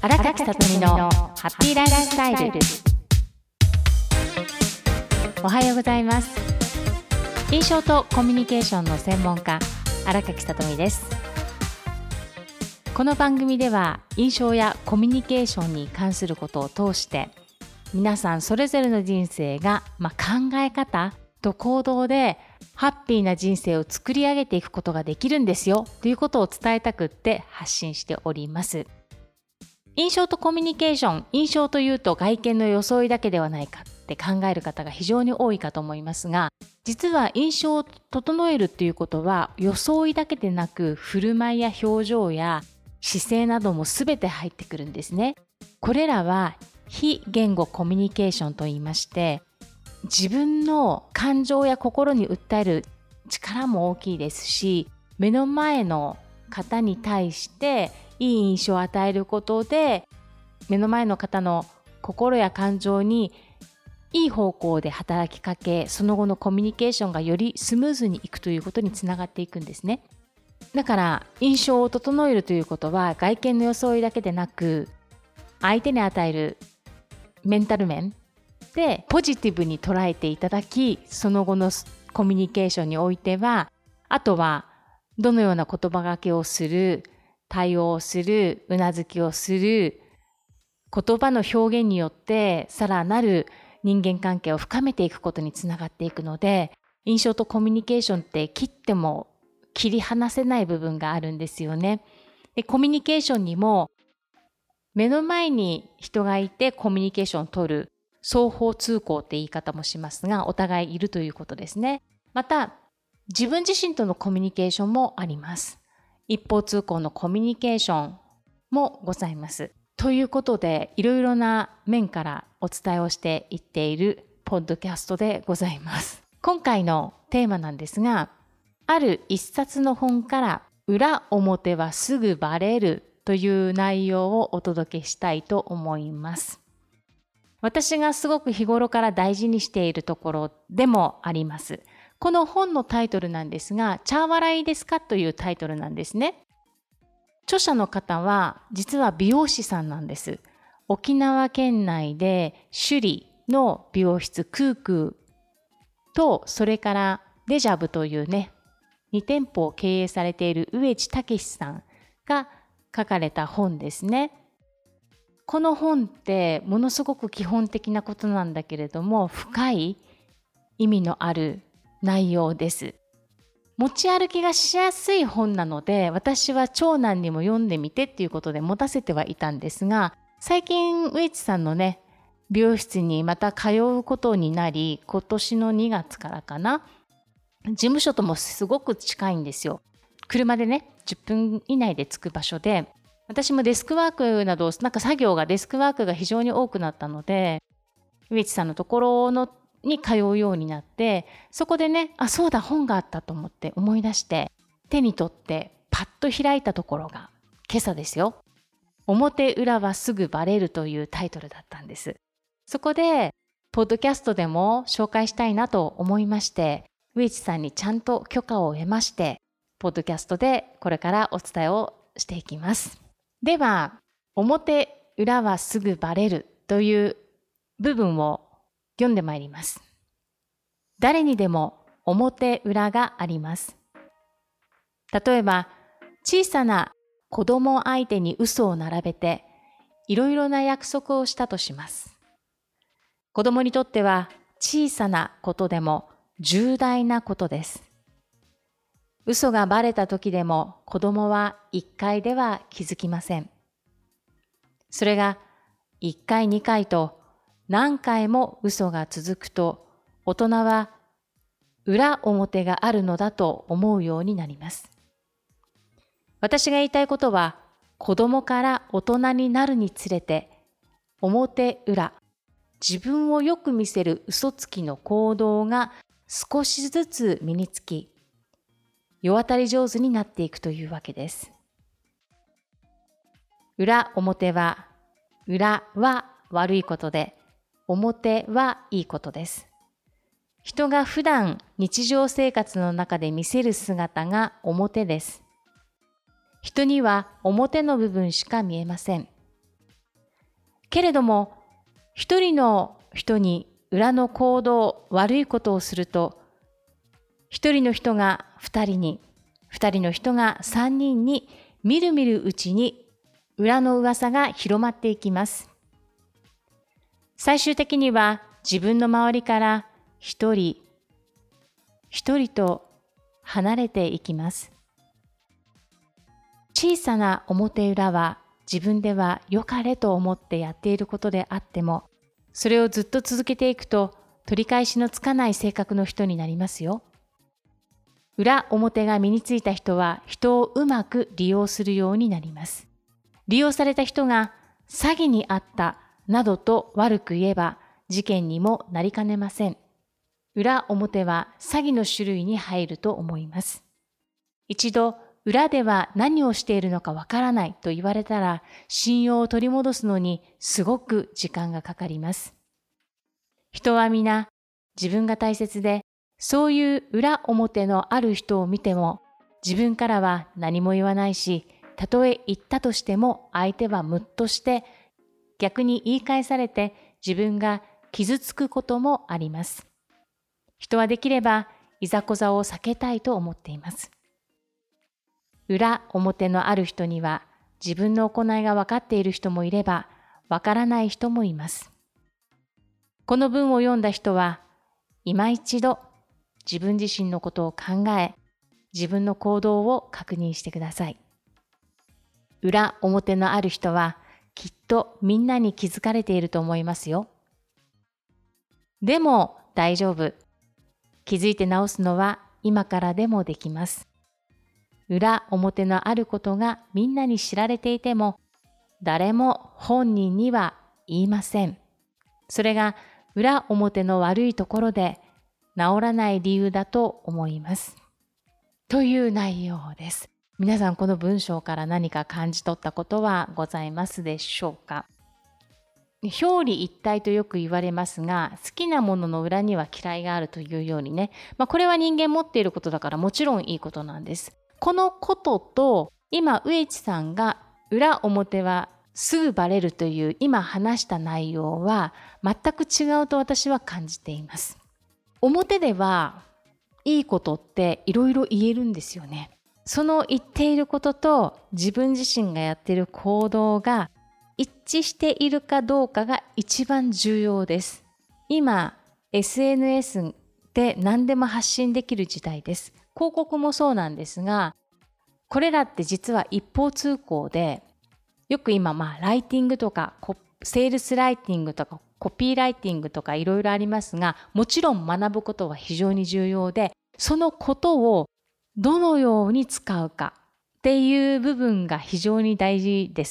荒垣さとみのハッピーライフスタイル。おはようございます。印象とコミュニケーションの専門家、荒垣さとみです。この番組では印象やコミュニケーションに関することを通して皆さんそれぞれの人生が、考え方と行動でハッピーな人生を作り上げていくことができるんですよということを伝えたくって発信しております。印象とコミュニケーション、印象というと外見の装いだけではないかって考える方が非常に多いかと思いますが、実は印象を整えるということは装いだけでなく振る舞いや表情や姿勢なども全て入ってくるんですね。これらは非言語コミュニケーションと言いまして、自分の感情や心に訴える力も大きいですし、目の前の方に対していい印象を与えることで、目の前の方の心や感情にいい方向で働きかけ、その後のコミュニケーションがよりスムーズにいくということにつながっていくんですね。だから印象を整えるということは外見の装いだけでなく、相手に与えるメンタル面でポジティブに捉えていただき、その後のコミュニケーションにおいては、あとはどのような言葉がけをする、対応をする、うなずきをする、言葉の表現によってさらなる人間関係を深めていくことにつながっていくので、印象とコミュニケーションって切っても切り離せない部分があるんですよね。で、コミュニケーションにも目の前に人がいてコミュニケーションを取る双方通行って言い方もしますが、お互いいるということですね。また自分自身とのコミュニケーションもあります。一方通行のコミュニケーションもございます。ということで、いろいろな面からお伝えをしていっているポッドキャストでございます。今回のテーマなんですが、ある一冊の本から裏表はすぐバレるという内容をお届けしたいと思います。私がすごく日頃から大事にしているところでもあります。この本のタイトルなんですが、チャー笑いですかというタイトルなんですね。著者の方は実は美容師さんなんです。沖縄県内で首里の美容室クークーと、それからデジャブというね、2店舗を経営されている上地武さんが書かれた本ですね。この本ってものすごく基本的なことなんだけれども、深い意味のある内容です。持ち歩きがしやすい本なので、私は長男にも読んでみてっていうことで持たせてはいたんですが、最近上地さんのね、美容室にまた通うことになり、今年の2月からかな、事務所ともすごく近いんですよ。車でね、10分以内で着く場所で、私もデスクワークなど、デスクワークが非常に多くなったので、上地さんのところに通うようになって、そこでね、そうだ、本があったと思って思い出して、手に取ってパッと開いたところが、今朝ですよ。表裏はすぐバレるというタイトルだったんです。そこで、ポッドキャストでも紹介したいなと思いまして、上地さんにちゃんと許可を得まして、ポッドキャストでこれからお伝えをしていきます。では、表裏はすぐバレるという部分を読んでまいります。誰にでも表裏があります。例えば、小さな子供相手に嘘を並べて、いろいろな約束をしたとします。子供にとっては小さなことでも重大なことです。嘘がバレた時でも子供は1回では気づきません。それが1回2回と何回も嘘が続くと、大人は裏表があるのだと思うようになります。私が言いたいことは、子供から大人になるにつれて、表裏、自分をよく見せる嘘つきの行動が少しずつ身につき、世渡り上手になっていくというわけです。裏表は、裏は悪いことで、表はいいことです。人が普段日常生活の中で見せる姿が表です。人には表の部分しか見えません。 けれども、一人の人に裏の行動、悪いことをすると、一人の人が二人に、二人の人が三人に、みるみるうちに裏の噂が広まっていきます。最終的には自分の周りから一人一人と離れていきます。小さな表裏は自分では良かれと思ってやっていることであっても、それをずっと続けていくと取り返しのつかない性格の人になりますよ。裏表が身についた人は人をうまく利用するようになります。利用された人が詐欺にあったなどと悪く言えば事件にもなりかねません。裏表は詐欺の種類に入ると思います。一度裏では何をしているのかわからないと言われたら信用を取り戻すのにすごく時間がかかります。人は皆自分が大切で、そういう裏表のある人を見ても自分からは何も言わないし、たとえ言ったとしても相手はムッとして逆に言い返されて自分が傷つくこともあります。人はできればいざこざを避けたいと思っています。裏表のある人には自分の行いが分かっている人もいれば分からない人もいます。この文を読んだ人は今一度自分自身のことを考え、自分の行動を確認してください。裏表のある人はきっとみんなに気づかれていると思いますよ。でも大丈夫。気づいて直すのは今からでもできます。裏表のあることがみんなに知られていても、誰も本人には言いません。それが裏表の悪いところで治らない理由だと思います。という内容です。皆さんこの文章から何か感じ取ったことはございますでしょうか？表裏一体とよく言われますが、好きなものの裏には嫌いがあるというようにね、これは人間持っていることだからもちろんいいことなんです。このことと今上地さんが裏表はすぐバレるという今話した内容は全く違うと私は感じています。表ではいいことっていろいろ言えるんですよね。その言っていることと自分自身がやっている行動が一致しているかどうかが一番重要です。今 SNS で何でも発信できる時代です。広告もそうなんですが、これらって実は一方通行で、よく今ライティングとかセールスライティングとかコピーライティングとかいろいろありますが、もちろん学ぶことは非常に重要で、そのことをどのように使うかっていう部分が非常に大事です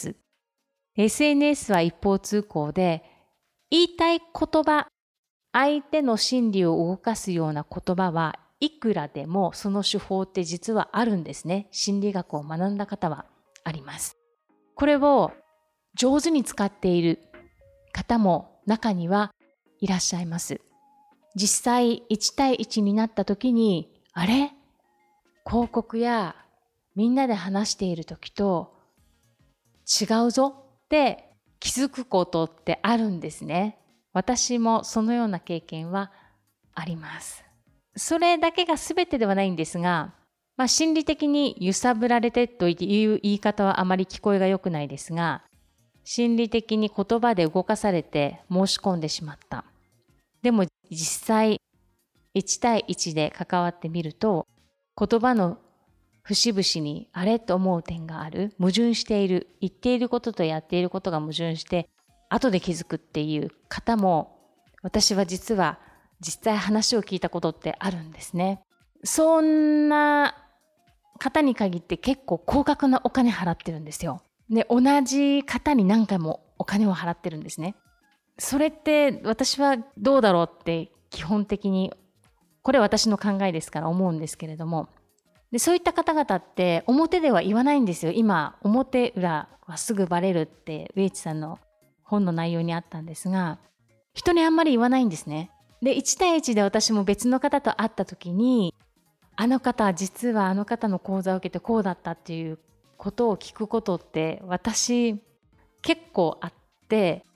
。SNS は一方通行で、言いたい言葉、相手の心理を動かすような言葉はいくらでもその手法って実はあるんですね。心理学を学んだ方はあります。これを上手に使っている方も中にはいらっしゃいます。実際1対1になった時に、あれ？広告やみんなで話している時と違うぞって気づくことってあるんですね。私もそのような経験はあります。それだけが全てではないんですが、心理的に揺さぶられてという言い方はあまり聞こえが良くないですが、心理的に言葉で動かされて申し込んでしまった。でも実際1対1で関わってみると、言葉の節々にあれと思う点がある、矛盾している、言っていることとやっていることが矛盾して後で気づくっていう方も、私は実際話を聞いたことってあるんですね。そんな方に限って結構高額なお金払ってるんですよ。で、同じ方に何回もお金を払ってるんですね。それって私はどうだろうって基本的に、これは私の考えですから思うんですけれども、でそういった方々って表では言わないんですよ。今表裏はすぐバレるって上地さんの本の内容にあったんですが、人にあんまり言わないんですね。で1対1で私も別の方と会った時に、あの方実はあの方の講座を受けてこうだったっていうことを聞くことって私結構あって、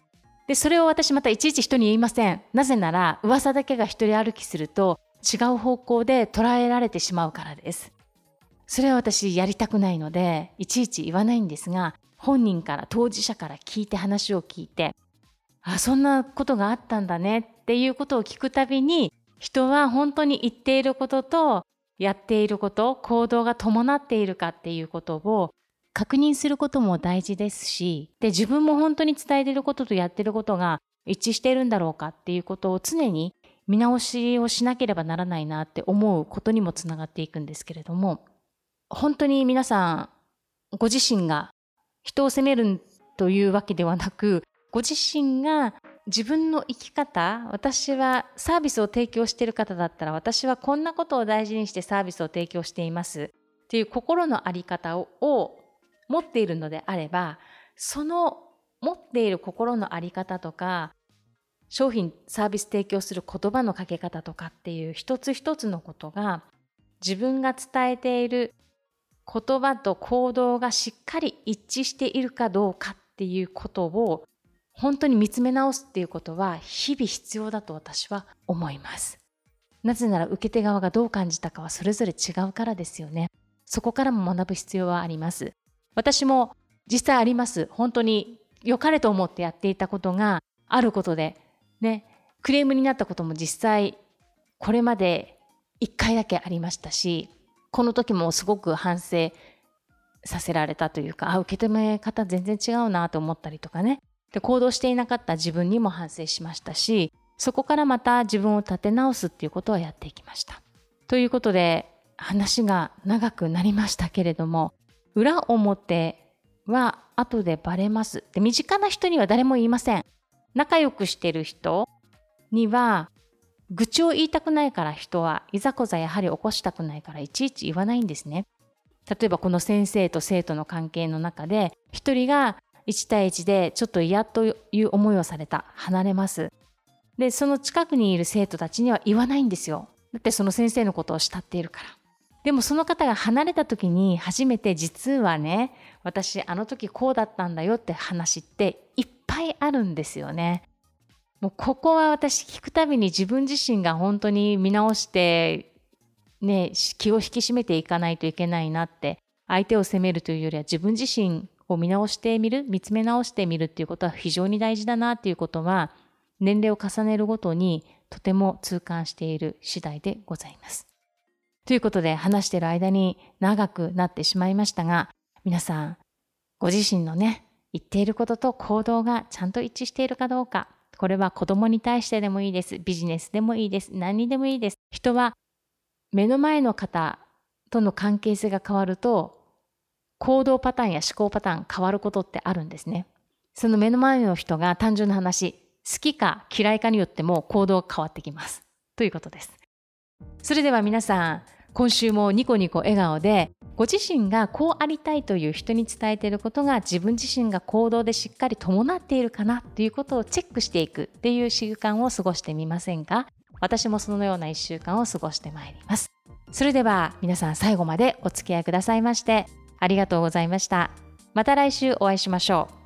で、それを私またいちいち人に言いません。なぜなら、噂だけが一人歩きすると違う方向で捉えられてしまうからです。それは私やりたくないので、いちいち言わないんですが、本人から、当事者から話を聞いて、そんなことがあったんだねっていうことを聞くたびに、人は本当に言っていることとやっていること、行動が伴っているかっていうことを確認することも大事ですし、で、自分も本当に伝えていることとやっていることが一致しているんだろうかっていうことを常に見直しをしなければならないなって思うことにもつながっていくんですけれども、本当に皆さんご自身が人を責めるというわけではなく、ご自身が自分の生き方、私はサービスを提供している方だったら、私はこんなことを大事にしてサービスを提供していますっていう心の在り方を持っているのであれば、その持っている心の在り方とか、商品サービス提供する言葉のかけ方とかっていう一つ一つのことが、自分が伝えている言葉と行動がしっかり一致しているかどうかっていうことを本当に見つめ直すっていうことは日々必要だと私は思います。なぜなら受け手側がどう感じたかはそれぞれ違うからですよね。そこからも学ぶ必要はあります。私も実際あります。本当に良かれと思ってやっていたことがあることでね、クレームになったことも実際これまで1回だけありましたし、この時もすごく反省させられたというか、受け止め方全然違うなと思ったりとかね。で、行動していなかった自分にも反省しましたし、そこからまた自分を立て直すっていうことはやっていきました。ということで、話が長くなりましたけれども、裏表は後でバレます。で、身近な人には誰も言いません。仲良くしてる人には、愚痴を言いたくないから、人はいざこざやはり起こしたくないからいちいち言わないんですね。例えばこの先生と生徒の関係の中で、一人が1対1でちょっと嫌という思いをされた。離れます。で、その近くにいる生徒たちには言わないんですよ。だってその先生のことを慕っているから。でもその方が離れた時に初めて、実はね、私あの時こうだったんだよって話っていっぱいあるんですよね。もうここは私聞くたびに自分自身が本当に見直してね、気を引き締めていかないといけないなって、相手を責めるというよりは自分自身を見直してみる、見つめ直してみるっていうことは非常に大事だなっていうことは、年齢を重ねるごとにとても痛感している次第でございます。ということで、話している間に長くなってしまいましたが、皆さんご自身のね、言っていることと行動がちゃんと一致しているかどうか、これは子供に対してでもいいです。ビジネスでもいいです。何にでもいいです。人は目の前の方との関係性が変わると、行動パターンや思考パターン変わることってあるんですね。その目の前の人が単純な話、好きか嫌いかによっても行動が変わってきます。ということです。それでは皆さん、今週もニコニコ笑顔で、ご自身がこうありたいという人に伝えていることが自分自身が行動でしっかり伴っているかなということをチェックしていくっていう習慣を過ごしてみませんか？私もそのような1週間を過ごしてまいります。それでは皆さん最後までお付き合いくださいましてありがとうございました。また来週お会いしましょう。